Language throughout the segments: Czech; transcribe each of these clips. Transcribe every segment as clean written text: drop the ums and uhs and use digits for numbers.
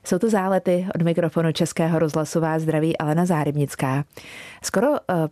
Jsou to Zálety, od mikrofonu Českého rozhlasu vás zdraví Alena Zárybnická. Skoro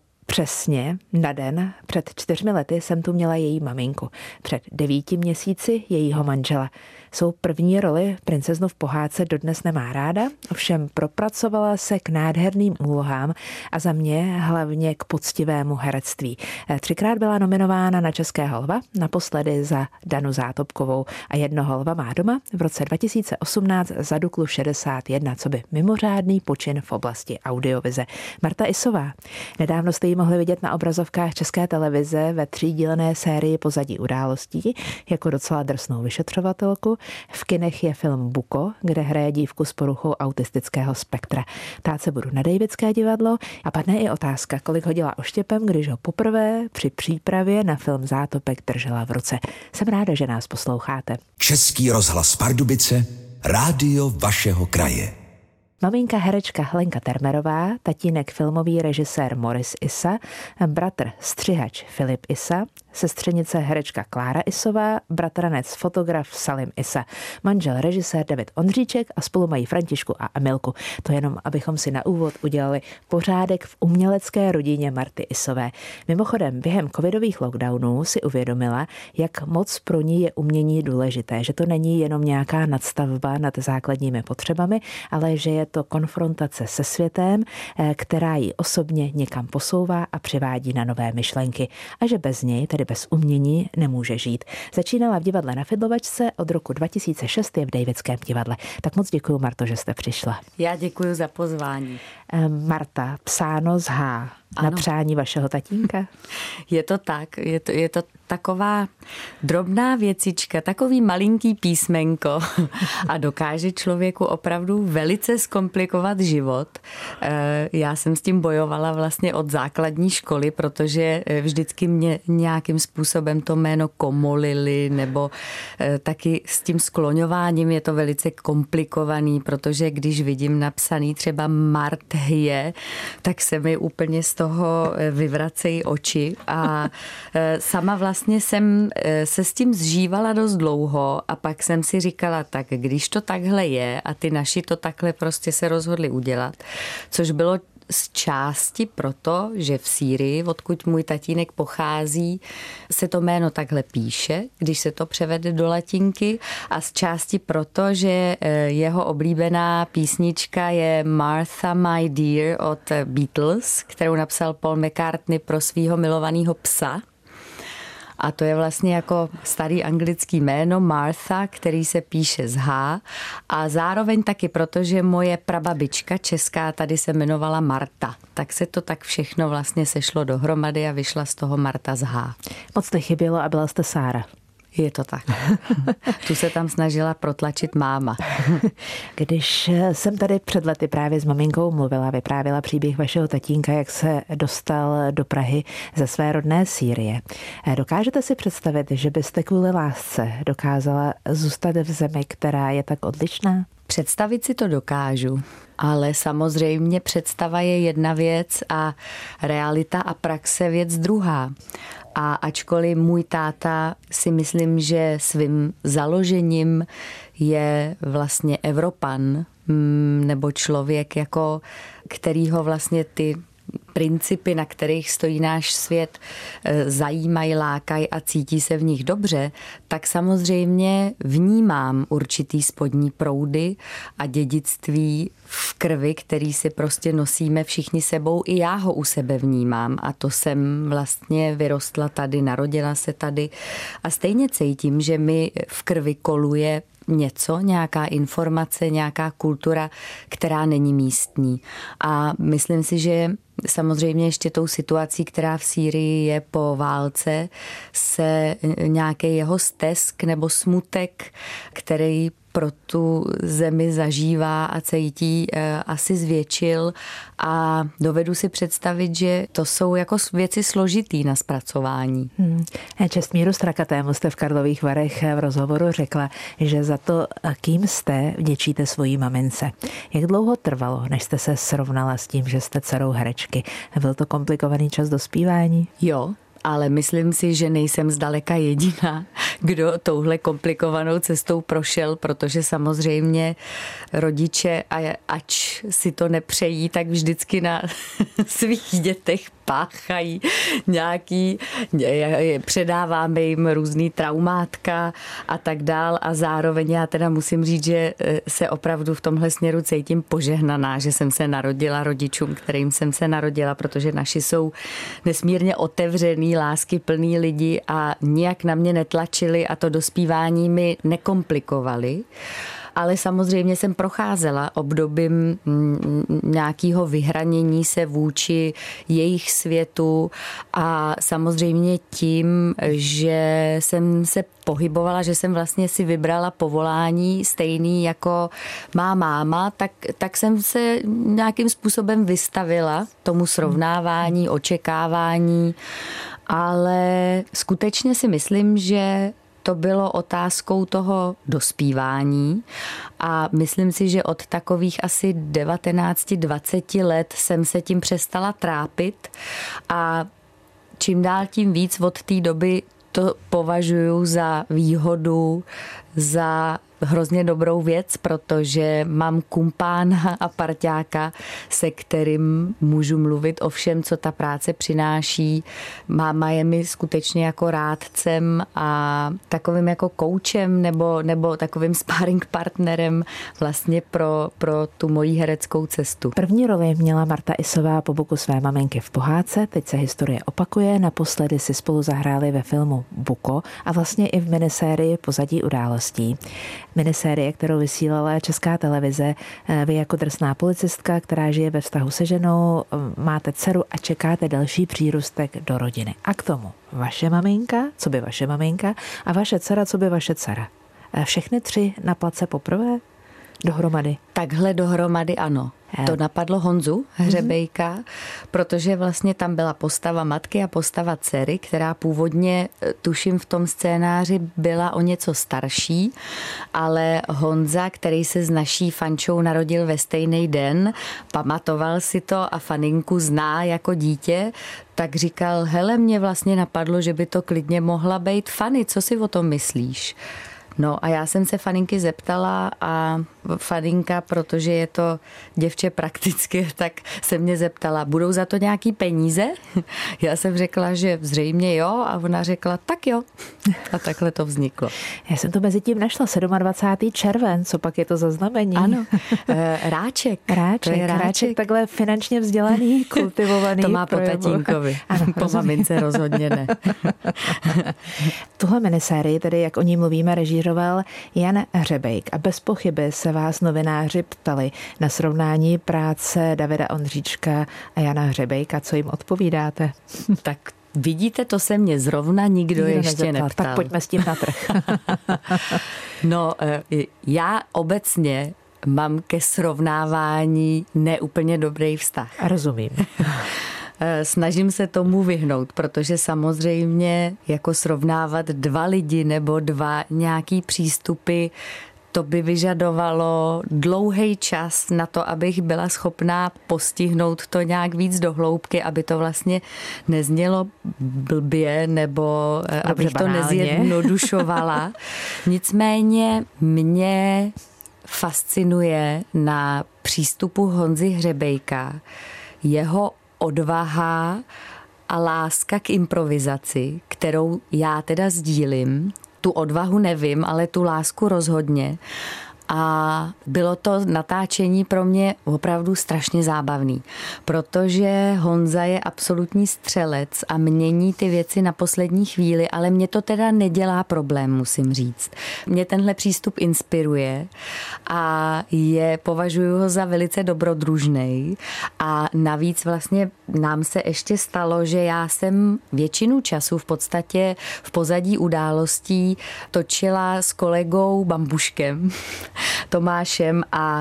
přesně na den před 4 lety jsem tu měla její maminku. Před 9 měsíci jejího manžela. Svou první roli princeznu v pohádce dodnes nemá ráda, ovšem propracovala se k nádherným úlohám a za mě hlavně k poctivému herectví. 3krát byla nominována na Českého lva, naposledy za Danu Zátopkovou a jednoho lva má doma v roce 2018 za Duklu 61, co by mimořádný počin v oblasti audiovize. Marta Isová. Nedávno jste ji mohli vidět na obrazovkách České televize ve 3dílné sérii Pozadí událostí jako docela drsnou vyšetřovatelku. V kinech je film Buko, kde hraje dívku s poruchou autistického spektra. Ptát se budu na Davidské divadlo a padne i otázka, kolik hodila oštěpem, když ho poprvé při přípravě na film Zátopek držela v ruce. Jsem ráda, že nás posloucháte. Český rozhlas Pardubice, rádio vašeho kraje. Maminka herečka Lenka Termerová, tatínek filmový režisér Moris Isa, bratr střihač Filip Isa, sestřenice herečka Klára Isová, bratranec fotograf Salim Isa, manžel režisér David Ondříček a spolu mají Františku a Emilku. To jenom, abychom si na úvod udělali pořádek v umělecké rodině Marty Isové. Mimochodem, během covidových lockdownů si uvědomila, jak moc pro ní je umění důležité, že to není jenom nějaká nadstavba nad základními potřebami, ale že je to konfrontace se světem, která ji osobně někam posouvá a přivádí na nové myšlenky. A že bez něj, tedy bez umění, nemůže žít. Začínala v divadle na Fidlovačce, od roku 2006 je v Davidském divadle. Tak moc děkuji, Marto, že jste přišla. Já děkuji za pozvání. Marta, psáno z H. Na přání vašeho tatínka? Je to tak, je to taková drobná věcička, takový malinký písmenko a dokáže člověku opravdu velice zkomplikovat život. Já jsem s tím bojovala vlastně od základní školy, protože vždycky mě nějakým způsobem to jméno komolili, nebo taky s tím skloňováním je to velice komplikovaný, protože když vidím napsaný třeba Marthje, tak se mi úplně z toho vyvracejí oči a sama vlastně jsem se s tím zžívala dost dlouho a pak jsem si říkala, tak když to takhle je a ty naši to takhle prostě se rozhodli udělat, což bylo z části proto, že v Sýrii, odkud můj tatínek pochází, se to jméno takhle píše, když se to převede do latinky, a z části proto, že jeho oblíbená písnička je Martha My Dear od Beatles, kterou napsal Paul McCartney pro svého milovaného psa. A to je vlastně jako starý anglický jméno Martha, který se píše z H. A zároveň taky, protože moje prababička česká tady se jmenovala Marta. Tak se to tak všechno vlastně sešlo dohromady a vyšla z toho Marta z H. Moc to chybělo a byla jste Sára. Je to tak. Tu se tam snažila protlačit máma. Když jsem tady před lety právě s maminkou mluvila, vyprávěla příběh vašeho tatínka, jak se dostal do Prahy ze své rodné Sýrie. Dokážete si představit, že byste kvůli lásce dokázala zůstat v zemi, která je tak odlišná? Představit si to dokážu, ale samozřejmě představa je jedna věc a realita a praxe věc druhá. A ačkoliv můj táta si myslím, že svým založením je vlastně Evropan, nebo člověk, jako kterýho vlastně ty principy, na kterých stojí náš svět, zajímají, lákají a cítí se v nich dobře, tak samozřejmě vnímám určitý spodní proudy a dědictví v krvi, který si prostě nosíme všichni sebou. I já ho u sebe vnímám a to jsem vlastně vyrostla tady, narodila se tady a stejně cítím, že mi v krvi koluje něco, nějaká informace, nějaká kultura, která není místní. A myslím si, že samozřejmě ještě tou situací, která v Sýrii je po válce, se nějaký jeho stesk nebo smutek, který pro tu zemi zažívá a cítí, asi zvětšil a dovedu si představit, že to jsou jako věci složitý na zpracování. Čestmíru Strakatému jste v Karlových Varech v rozhovoru řekla, že za to, kým jste, vděčíte svojí mamince. Jak dlouho trvalo, než jste se srovnala s tím, že jste dcerou herečky? Byl to komplikovaný čas dospívání? Jo. Ale myslím si, že nejsem zdaleka jediná, kdo touhle komplikovanou cestou prošel, protože samozřejmě rodiče, ač si to nepřejí, tak vždycky na svých dětech páchají předáváme jim různý traumátka a tak dál a zároveň já teda musím říct, že se opravdu v tomhle směru cítím požehnaná, že jsem se narodila rodičům, kterým jsem se narodila, protože naši jsou nesmírně otevřený, láskyplný lidi a nijak na mě netlačili a to dospívání mi nekomplikovali. Ale samozřejmě jsem procházela obdobím nějakého vyhranění se vůči jejich světu a samozřejmě tím, že jsem se pohybovala, že jsem vlastně si vybrala povolání stejný jako má máma, tak jsem se nějakým způsobem vystavila tomu srovnávání, očekávání, ale skutečně si myslím, že to bylo otázkou toho dospívání a myslím si, že od takových asi 19-20 let jsem se tím přestala trápit a čím dál tím víc od té doby to považuji za výhodu, za hrozně dobrou věc, protože mám kumpána a parťáka, se kterým můžu mluvit o všem, co ta práce přináší. Máma je mi skutečně jako rádcem a takovým jako koučem nebo takovým sparring partnerem vlastně pro tu moji hereckou cestu. První roli měla Marta Isová po boku své maminky v Pohádce, teď se historie opakuje, naposledy si spolu zahráli ve filmu Buko a vlastně i v minisérii Pozadí událostí. Minisérie, kterou vysílala Česká televize. Vy jako drsná policistka, která žije ve vztahu se ženou, máte dceru a čekáte další přírůstek do rodiny. A k tomu vaše maminka, co by vaše maminka, a vaše dcera, co by vaše dcera. Všechny tři na place poprvé? Dohromady? Takhle dohromady ano. To napadlo Honzu Hřebejka, protože vlastně tam byla postava matky a postava dcery, která původně, tuším, v tom scénáři byla o něco starší, ale Honza, který se s naší Fančou narodil ve stejný den, pamatoval si to a Faninku zná jako dítě, tak říkal, hele, mě vlastně napadlo, že by to klidně mohla být Fanny, co si o tom myslíš? No a já jsem se Faninky zeptala a Faninka, protože je to děvče prakticky, tak se mě zeptala, budou za to nějaký peníze? Já jsem řekla, že zřejmě jo a ona řekla, tak jo. A takhle to vzniklo. Já jsem to mezi tím našla, 27. červen, co pak je to za znamení? Ano, Ráček. Ráček, takhle finančně vzdělaný, kultivovaný. To má po tatínkovi, po mamince rozhodně ne. Tuhle minisérii, tedy jak o ní mluvíme, režíroval Jan Hřebejk a bez pochyby se vás novináři ptali na srovnání práce Davida Ondříčka a Jana Hřebejka. Co jim odpovídáte? Tak vidíte, to se mě zrovna nikdo ještě neptal. Tak pojďme s tím na trh. No, já obecně mám ke srovnávání neúplně dobrý vztah. Rozumím. Snažím se tomu vyhnout, protože samozřejmě jako srovnávat dva lidi nebo dva nějaký přístupy, to by vyžadovalo dlouhý čas na to, abych byla schopná postihnout to nějak víc do hloubky, aby to vlastně neznělo blbě nebo abych to nezjednodušovala. Nicméně mě fascinuje na přístupu Honzy Hřebejka jeho odvaha a láska k improvizaci, kterou já teda sdílím. Tu odvahu nevím, ale tu lásku rozhodně. A bylo to natáčení pro mě opravdu strašně zábavný, protože Honza je absolutní střelec a mění ty věci na poslední chvíli, ale mě to teda nedělá problém, musím říct. Mě tenhle přístup inspiruje a považuji ho za velice dobrodružnej a navíc vlastně nám se ještě stalo, že já jsem většinu času v podstatě v pozadí událostí točila s kolegou Bambuškem, Tomášem a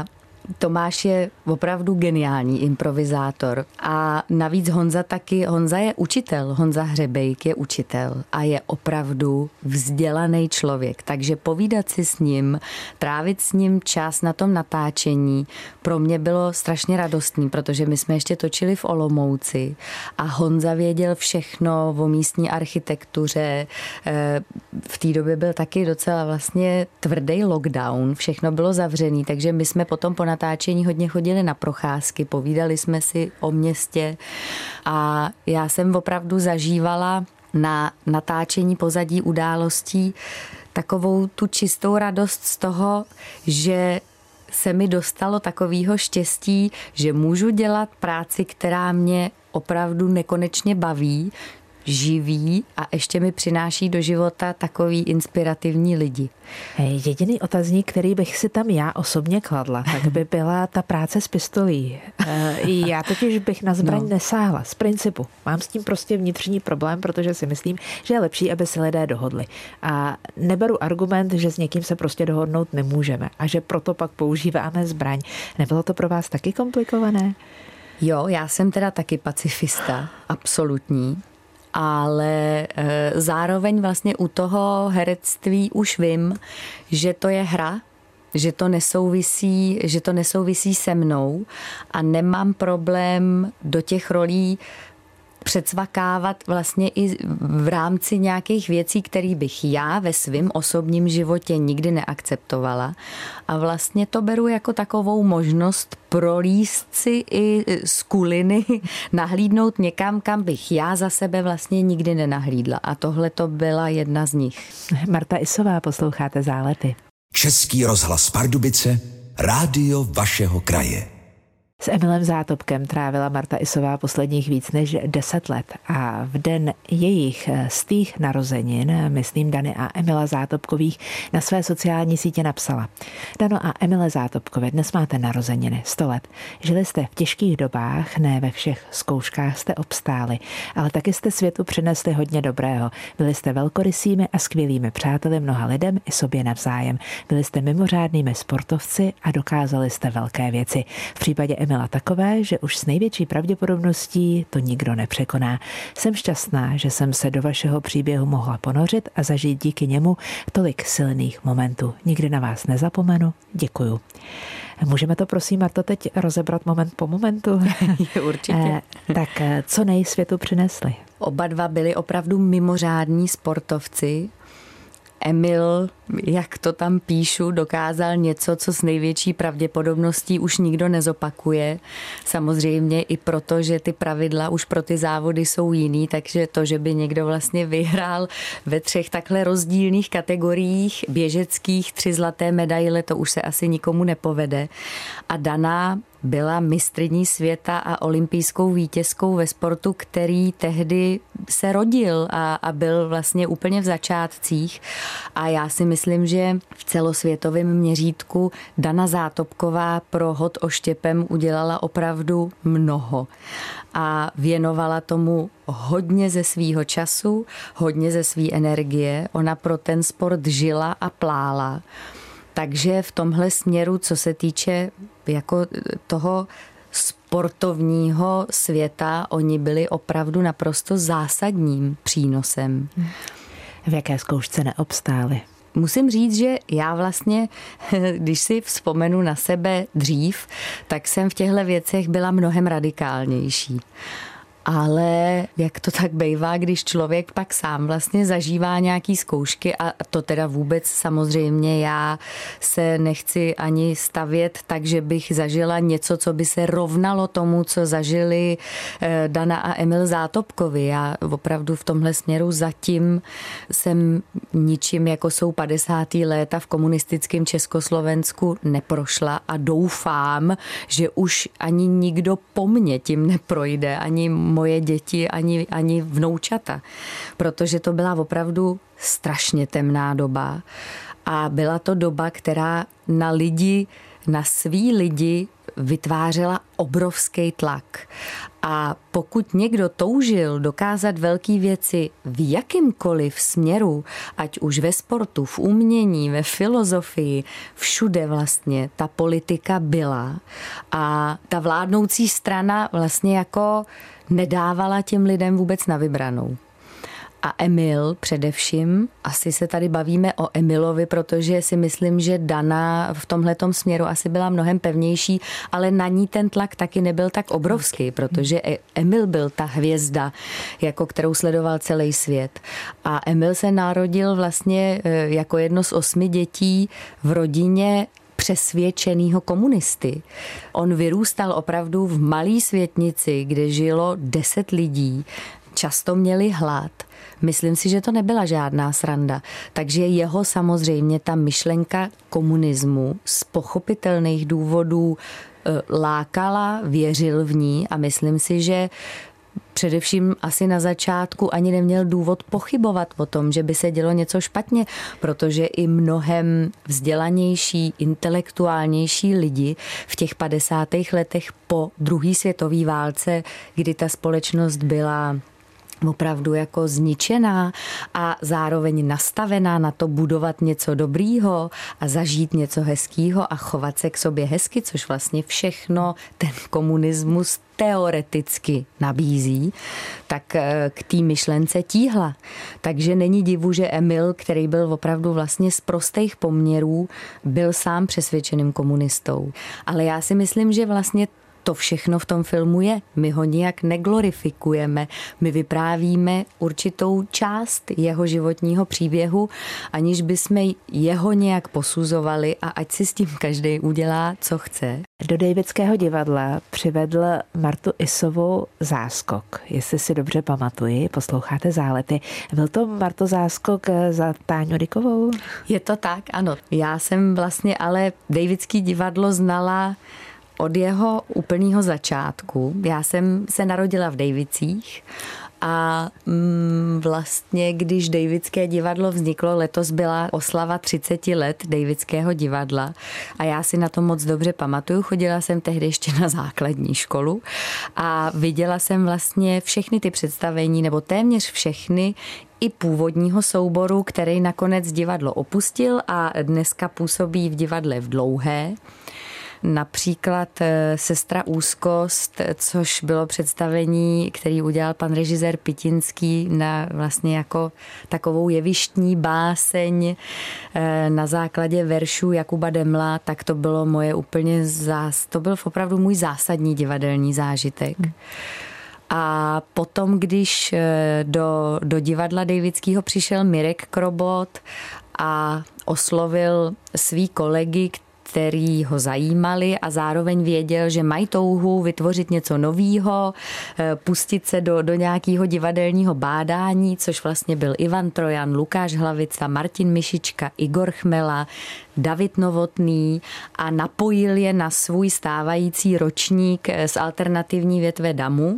Tomáš je opravdu geniální improvizátor a navíc Honza je učitel, Honza Hřebejk je učitel a je opravdu vzdělaný člověk, takže povídat si s ním, trávit s ním čas na tom natáčení pro mě bylo strašně radostný, protože my jsme ještě točili v Olomouci a Honza věděl všechno o místní architektuře. V té době byl taky docela vlastně tvrdý lockdown, všechno bylo zavřený, takže my jsme potom po natáčení hodně chodili na procházky, povídali jsme si o městě a já jsem opravdu zažívala na natáčení pozadí událostí takovou tu čistou radost z toho, že se mi dostalo takového štěstí, že můžu dělat práci, která mě opravdu nekonečně baví, živí a ještě mi přináší do života takový inspirativní lidi. Jediný otazník, který bych si tam já osobně kladla, tak by byla ta práce s pistolí. Já totiž bych na zbraň nesáhla z principu. Mám s tím prostě vnitřní problém, protože si myslím, že je lepší, aby se lidé dohodli. A neberu argument, že s někým se prostě dohodnout nemůžeme a že proto pak používáme zbraň. Nebylo to pro vás taky komplikované? Jo, já jsem teda taky pacifista, absolutní. Ale zároveň vlastně u toho herectví už vím, že to je hra, že to nesouvisí se mnou a nemám problém do těch rolí předsvakávat vlastně i v rámci nějakých věcí, které bych já ve svém osobním životě nikdy neakceptovala. A vlastně to beru jako takovou možnost prolíst si i z kuliny, nahlídnout někam, kam bych já za sebe vlastně nikdy nenahlídla. A tohle to byla jedna z nich. Marta Isová, posloucháte Zálety. Český rozhlas Pardubice, rádio vašeho kraje. S Emilem Zátopkem trávila Marta Isová posledních víc než 10 let a v den jejich stých narozenin, myslím Dany a Emila Zátopkových, na své sociální sítě napsala: Dano a Emile Zátopkové, dnes máte narozeniny, 100 let. Žili jste v těžkých dobách, ne ve všech zkouškách jste obstáli, ale taky jste světu přinesli hodně dobrého. Byli jste velkorysými a skvělými přáteli mnoha lidem i sobě navzájem. Byli jste mimořádnými sportovci a dokázali jste velké věci. V případě Emila takové, že už s největší pravděpodobností to nikdo nepřekoná. Jsem šťastná, že jsem se do vašeho příběhu mohla ponořit a zažít díky němu tolik silných momentů. Nikdy na vás nezapomenu. Děkuju. Můžeme to, prosím, Marto, teď rozebrat moment po momentu? Určitě. Tak co světu přinesli? Oba dva byli opravdu mimořádní sportovci. Emil, jak to tam píšu, dokázal něco, co s největší pravděpodobností už nikdo nezopakuje. Samozřejmě i proto, že ty pravidla už pro ty závody jsou jiný, takže to, že by někdo vlastně vyhrál ve 3 takhle rozdílných kategoriích běžeckých 3 zlaté medaile, to už se asi nikomu nepovede. A Dana byla mistryní světa a olympijskou vítězkou ve sportu, který tehdy se rodil a byl vlastně úplně v začátcích. A já si myslím, že v celosvětovém měřítku Dana Zátopková pro hod oštěpem udělala opravdu mnoho. A věnovala tomu hodně ze svýho času, hodně ze svý energie. Ona pro ten sport žila a plála. Takže v tomhle směru, co se týče jako toho sportovního světa, oni byli opravdu naprosto zásadním přínosem. V jaké zkoušce neobstáli? Musím říct, že já vlastně, když si vzpomenu na sebe dřív, tak jsem v těchto věcech byla mnohem radikálnější. Ale jak to tak bývá, když člověk pak sám vlastně zažívá nějaký zkoušky a to teda vůbec samozřejmě já se nechci ani stavět tak, že bych zažila něco, co by se rovnalo tomu, co zažili Dana a Emil Zátopkovi. Já opravdu v tomhle směru zatím jsem ničím, jako jsou 50. léta v komunistickém Československu, neprošla a doufám, že už ani nikdo po mně tím neprojde, ani moje děti, ani vnoučata, protože to byla opravdu strašně temná doba a byla to doba, která na lidi na svý lidi vytvářela obrovský tlak. A pokud někdo toužil dokázat velké věci v jakýmkoliv směru, ať už ve sportu, v umění, ve filozofii, všude vlastně ta politika byla. A ta vládnoucí strana vlastně jako nedávala těm lidem vůbec na vybranou. A Emil především, asi se tady bavíme o Emilovi, protože si myslím, že Dana v tomhletom směru asi byla mnohem pevnější, ale na ní ten tlak taky nebyl tak obrovský, protože Emil byl ta hvězda, jako kterou sledoval celý svět. A Emil se narodil vlastně jako jedno z 8 dětí v rodině přesvědčenýho komunisty. On vyrůstal opravdu v malé světnici, kde žilo 10 lidí, často měli hlad. Myslím si, že to nebyla žádná sranda. Takže jeho samozřejmě ta myšlenka komunismu z pochopitelných důvodů lákala, věřil v ní a myslím si, že především asi na začátku ani neměl důvod pochybovat o tom, že by se dělo něco špatně, protože i mnohem vzdělanější, intelektuálnější lidi v těch 50. letech po druhé světové válce, kdy ta společnost byla opravdu jako zničená a zároveň nastavená na to budovat něco dobrýho a zažít něco hezkýho a chovat se k sobě hezky, což vlastně všechno ten komunismus teoreticky nabízí, tak k té myšlence tíhla. Takže není divu, že Emil, který byl opravdu vlastně z prostých poměrů, byl sám přesvědčeným komunistou. Ale já si myslím, že vlastně to všechno v tom filmu je. My ho nijak neglorifikujeme. My vyprávíme určitou část jeho životního příběhu, aniž bychom jeho nějak posuzovali a ať si s tím každý udělá, co chce. Do Davidského divadla přivedl Martu Isovou Záskok. Jestli si dobře pamatuji, posloucháte Zálety. Byl to, Marto, záskok za Táňu Dykovou? Je to tak, ano. Já jsem vlastně ale Davidský divadlo znala od jeho úplného začátku. Já jsem se narodila v Dejvicích a vlastně, když Davidské divadlo vzniklo, letos byla oslava 30 let Davidského divadla a já si na to moc dobře pamatuju. Chodila jsem tehdy ještě na základní školu a viděla jsem vlastně všechny ty představení, nebo téměř všechny, i původního souboru, který nakonec divadlo opustil a dneska působí v divadle v Dlouhé. Například Sestra úzkost, což bylo představení, který udělal pan režisér Pitinský na vlastně jako takovou jevištní báseň na základě veršů Jakuba Demla, tak to bylo moje úplně to byl opravdu můj zásadní divadelní zážitek. A potom, když do divadla Davidského přišel Mirek Krobot a oslovil svý kolegy, který ho zajímali a zároveň věděl, že mají touhu vytvořit něco novýho, pustit se do nějakého divadelního bádání, což vlastně byl Ivan Trojan, Lukáš Hlavica, Martin Mišička, Igor Chmela, David Novotný a napojil je na svůj stávající ročník z alternativní větve Damu.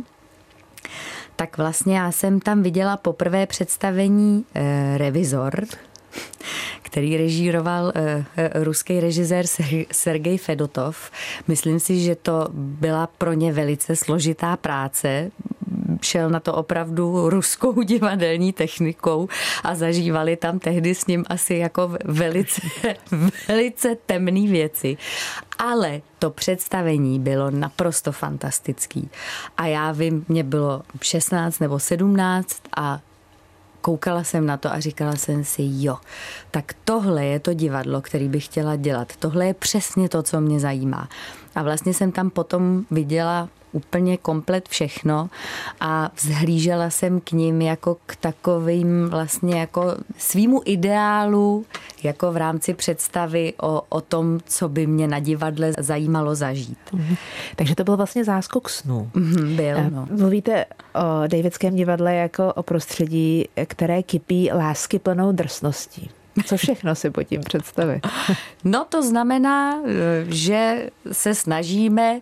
Tak vlastně já jsem tam viděla poprvé představení Revizor, který režíroval ruský režisér Sergej Fedotov. Myslím si, že to byla pro ně velice složitá práce. Šel na to opravdu ruskou divadelní technikou a zažívali tam tehdy s ním asi jako velice temné věci. Ale to představení bylo naprosto fantastický. A já vím, mě bylo 16 nebo 17 a koukala jsem na to a říkala jsem si, jo, tak tohle je to divadlo, který bych chtěla dělat. Tohle je přesně to, co mě zajímá. A vlastně jsem tam potom viděla úplně komplet všechno a vzhlížela jsem k nim jako k takovým vlastně jako svýmu ideálu, jako v rámci představy o tom, co by mě na divadle zajímalo zažít. Takže to byl vlastně záskok snů. Byl, no. Mluvíte o Davidském divadle jako o prostředí, které kypí láskyplnou drsností. Co všechno si pod tím představit? No to znamená, že se snažíme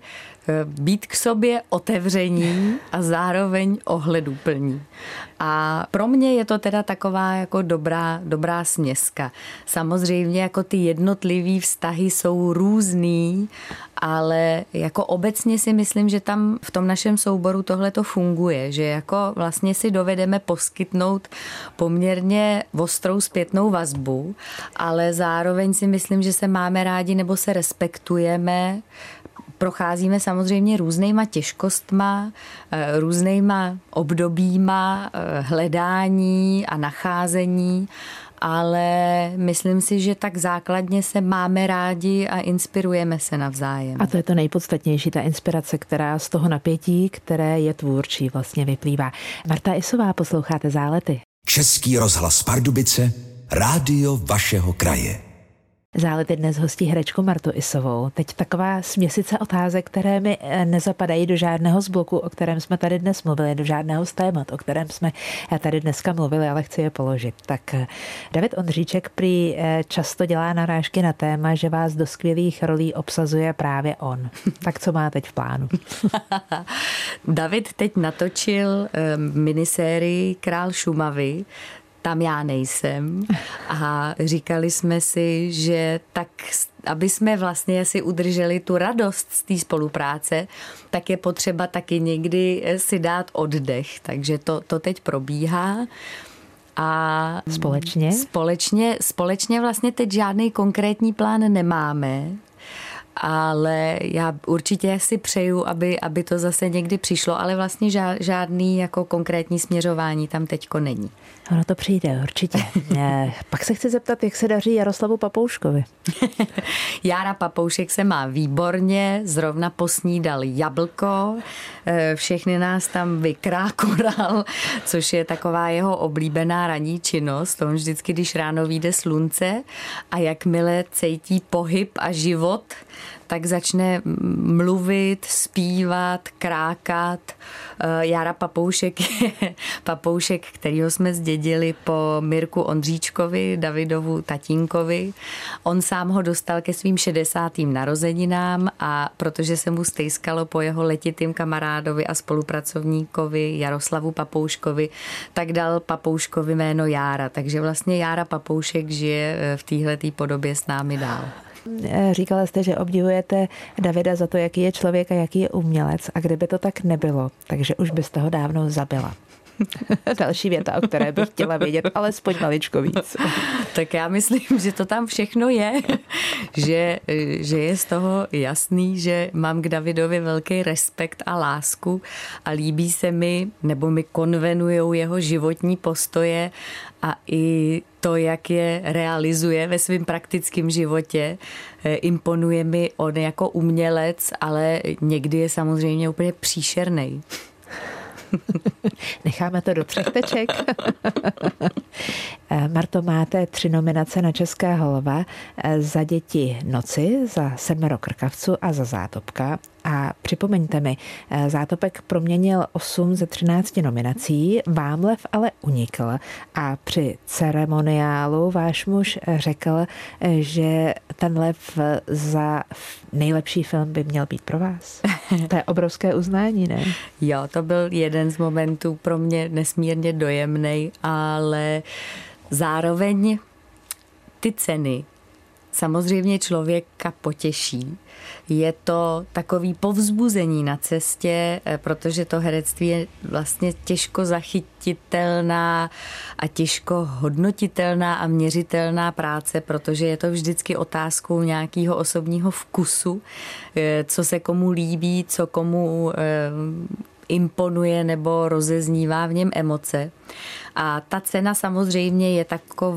být k sobě otevření a zároveň ohleduplní. A pro mě je to teda taková jako dobrá směska. Samozřejmě jako ty jednotlivý vztahy jsou různý, ale jako obecně si myslím, že tam v tom našem souboru tohle to funguje, že jako vlastně si dovedeme poskytnout poměrně ostrou zpětnou vazbu, ale zároveň si myslím, že se máme rádi nebo se respektujeme. Procházíme samozřejmě různýma těžkostma, různýma obdobíma hledání a nacházení, ale myslím si, že tak základně se máme rádi a inspirujeme se navzájem. A to je to nejpodstatnější, ta inspirace, která z toho napětí, které je tvůrčí, vlastně vyplývá. Marta Isová, posloucháte Zálety. Český rozhlas Pardubice, rádio vašeho kraje. Zálety dnes hostí herečku Martu Isovou. Teď taková směsice otázek, které mi nezapadají do žádného z bloku, o kterém jsme tady dnes mluvili, do žádného z témat, o kterém jsme tady dneska mluvili, ale chci je položit. Tak David Ondříček prý často dělá narážky na téma, že vás do skvělých rolí obsazuje právě on. Tak co má teď v plánu? David teď natočil minisérii Král Šumavy. Tam já nejsem a říkali jsme si, že tak, aby jsme vlastně si udrželi tu radost z té spolupráce, tak je potřeba taky někdy si dát oddech. Takže to teď probíhá. A společně vlastně teď žádný konkrétní plán nemáme, ale já určitě si přeju, aby to zase někdy přišlo, ale vlastně žádný jako konkrétní směřování tam teďko není. Ono to přijde, určitě. Pak se chci zeptat, jak se daří Jaroslavu Papouškovi. Jára Papoušek se má výborně, zrovna posnídal jablko, všechny nás tam vykrákoral, což je taková jeho oblíbená ranní činnost. On vždycky, když ráno vyjde slunce a jakmile cítí pohyb a život, tak začne mluvit, zpívat, krákat. Jára Papoušek je papoušek, kterýho jsme zdědili po Mirku Ondříčkovi, Davidovu tatínkovi. On sám ho dostal ke svým 60. narozeninám a protože se mu stejskalo po jeho letitým kamarádovi a spolupracovníkovi Jaroslavu Papouškovi, tak dal Papouškovi jméno Jára. Takže vlastně Jára Papoušek žije v téhletý podobě s námi dál. Říkala jste, že obdivujete Davida za to, jaký je člověk a jaký je umělec. A kdyby to tak nebylo, takže už byste ho dávno zabila. Další věta, o které bych chtěla vědět, alespoň maličko víc. Tak já myslím, že to tam všechno je. Že je z toho jasný, že mám k Davidovi velký respekt a lásku a líbí se mi, nebo mi konvenujou jeho životní postoje a i to, jak je realizuje ve svém praktickém životě. Imponuje mi on jako umělec, ale někdy je samozřejmě úplně příšernej. Necháme to do 3 teček. Marto, máte 3 nominace na Českého lva za Děti noci, za 7 krkavců a za Zátopka. A připomeňte mi, Zátopek proměnil 8 ze 13 nominací, vám lev ale unikl a při ceremoniálu váš muž řekl, že ten lev za nejlepší film by měl být pro vás. To je obrovské uznání, ne? Jo, to byl jeden z momentů pro mě nesmírně dojemnej, ale zároveň ty ceny samozřejmě člověka potěší. Je to takový povzbuzení na cestě, protože to herectví je vlastně těžko zachytitelná a těžko hodnotitelná a měřitelná práce, protože je to vždycky otázkou nějakého osobního vkusu, co se komu líbí, co komu imponuje nebo rozeznívá v něm emoce. A ta cena samozřejmě je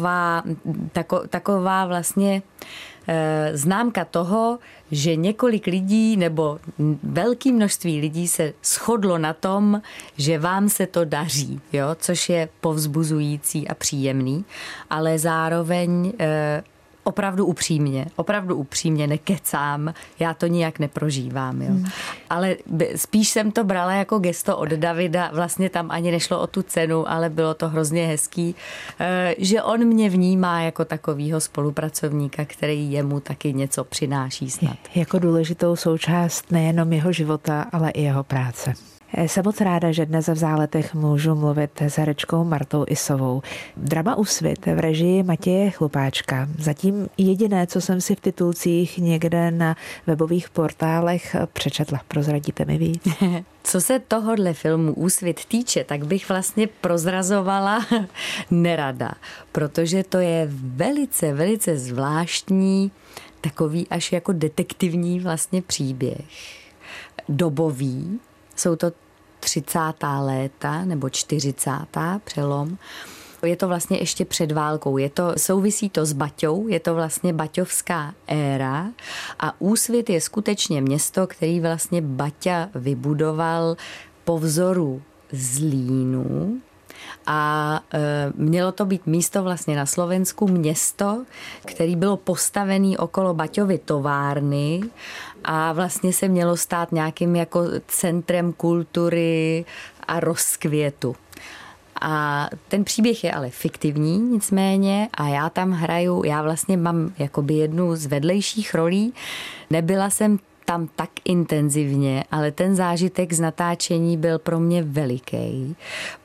taková vlastně známka toho, že několik lidí nebo velké množství lidí se shodlo na tom, že vám se to daří, jo? Což je povzbuzující a příjemný, ale zároveň Opravdu upřímně, nekecám, já to nijak neprožívám. Jo. Ale spíš jsem to brala jako gesto od Davida, vlastně tam ani nešlo o tu cenu, ale bylo to hrozně hezký, že on mě vnímá jako takovýho spolupracovníka, který jemu taky něco přináší snad. Jako důležitou součást nejenom jeho života, ale i jeho práce. Jsem moc ráda, že dnes v Záletech můžu mluvit s herečkou Martou Isovou. Drama Úsvit v režii Matěje Chlupáčka. Zatím jediné, co jsem si v titulcích někde na webových portálech přečetla. Prozradíte mi víc? Co se tohodle filmu Úsvit týče, tak bych vlastně prozrazovala nerada, protože to je velice, velice zvláštní, takový až jako detektivní vlastně příběh. Dobový. Jsou to 30. léta nebo 40. přelom. Je to vlastně ještě před válkou. Souvisí to s Baťou, je to vlastně baťovská éra a Úsvit je skutečně město, který vlastně Baťa vybudoval po vzoru Zlínu. A mělo to být místo vlastně na Slovensku, město, který bylo postavený okolo Baťovy továrny a vlastně se mělo stát nějakým jako centrem kultury a rozkvětu. A ten příběh je ale fiktivní nicméně a já vlastně mám jakoby jednu z vedlejších rolí. Nebyla jsem tam tak intenzivně, ale ten zážitek z natáčení byl pro mě veliký,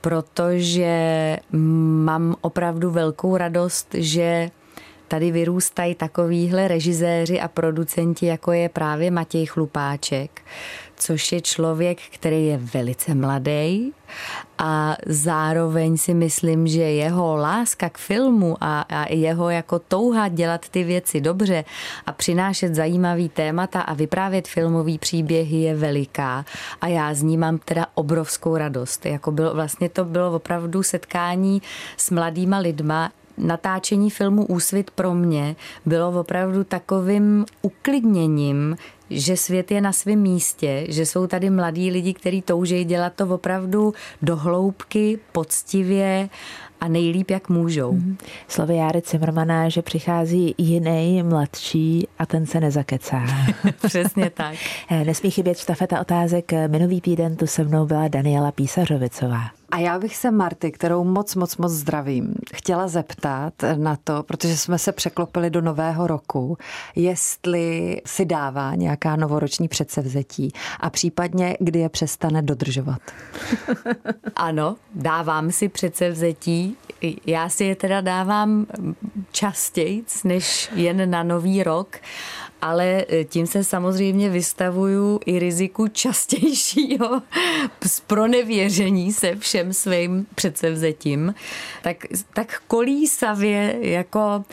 protože mám opravdu velkou radost, že tady vyrůstají takovýhle režiséři a producenti, jako je právě Matěj Chlupáček, což je člověk, který je velice mladý a zároveň si myslím, že jeho láska k filmu a jeho jako touha dělat ty věci dobře a přinášet zajímavý témata a vyprávět filmový příběhy je veliká a já z ní mám teda obrovskou radost. Vlastně to bylo opravdu setkání s mladýma lidma. Natáčení filmu Úsvit pro mě bylo opravdu takovým uklidněním, že svět je na svém místě, že jsou tady mladí lidi, kteří toužejí dělat to opravdu do hloubky, poctivě a nejlíp, jak můžou. Slovy Járy Cimrmana, že přichází jiný, mladší a ten se nezakecá. Přesně tak. Nesmí chybět štafeta otázek. Minulý týden tu se mnou byla Daniela Písařovicová. A já bych se Marty, kterou moc zdravím, chtěla zeptat na to, protože jsme se překlopili do nového roku, jestli si dává nějaká novoroční předsevzetí a případně, kdy je přestane dodržovat. Ano, dávám si předsevzetí. Já si je teda dávám častějc než jen na nový rok, ale tím se samozřejmě vystavuju i riziku častějšího zpronevěření se všem svým předsevzetím. Tak kolísavě jako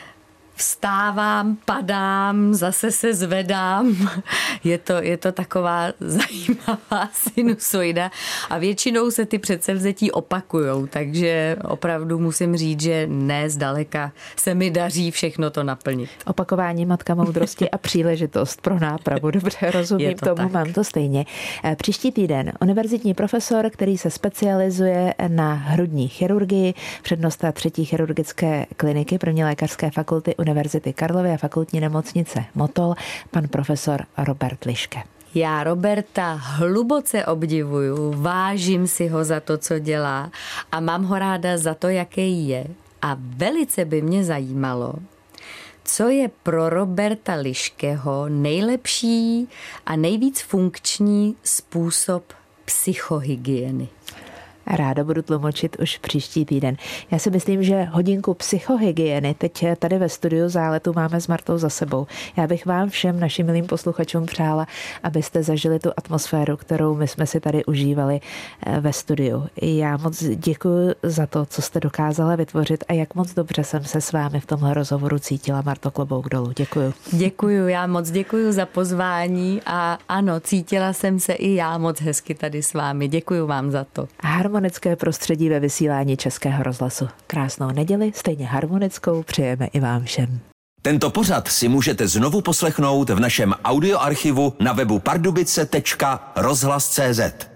vstávám, padám, zase se zvedám. Je to taková zajímavá sinusoida a většinou se ty předsevzetí opakujou, takže opravdu musím říct, že ne zdaleka se mi daří všechno to naplnit. Opakování matka moudrosti a příležitost pro nápravu. Dobře, rozumím tomu, tak. Mám to stejně. Příští týden univerzitní profesor, který se specializuje na hrudní chirurgii, přednosta 3. chirurgické kliniky 1. lékařské fakulty Univerzity Karlovy a fakultní nemocnice Motol, pan profesor Robert Liške. Já Roberta hluboce obdivuju, vážím si ho za to, co dělá a mám ho ráda za to, jaký je. A velice by mě zajímalo, co je pro Roberta Liškeho nejlepší a nejvíc funkční způsob psychohygieny. Ráda budu tlumočit už příští týden. Já si myslím, že hodinku psychohygieny teď tady ve studiu Záletu máme s Martou za sebou. Já bych vám všem našim milým posluchačům přála, abyste zažili tu atmosféru, kterou my jsme si tady užívali ve studiu. Já moc děkuji za to, co jste dokázala vytvořit a jak moc dobře jsem se s vámi v tomhle rozhovoru cítila. Marto, klobouk dolů. Děkuji. Děkuji, já moc děkuji za pozvání a ano, cítila jsem se i já moc hezky tady s vámi. Děkuji vám za to. Harmonické prostředí ve vysílání Českého rozhlasu. Krásnou neděli, stejně harmonickou, přejeme i vám všem. Tento pořad si můžete znovu poslechnout v našem audioarchivu na webu pardubice.rozhlas.cz.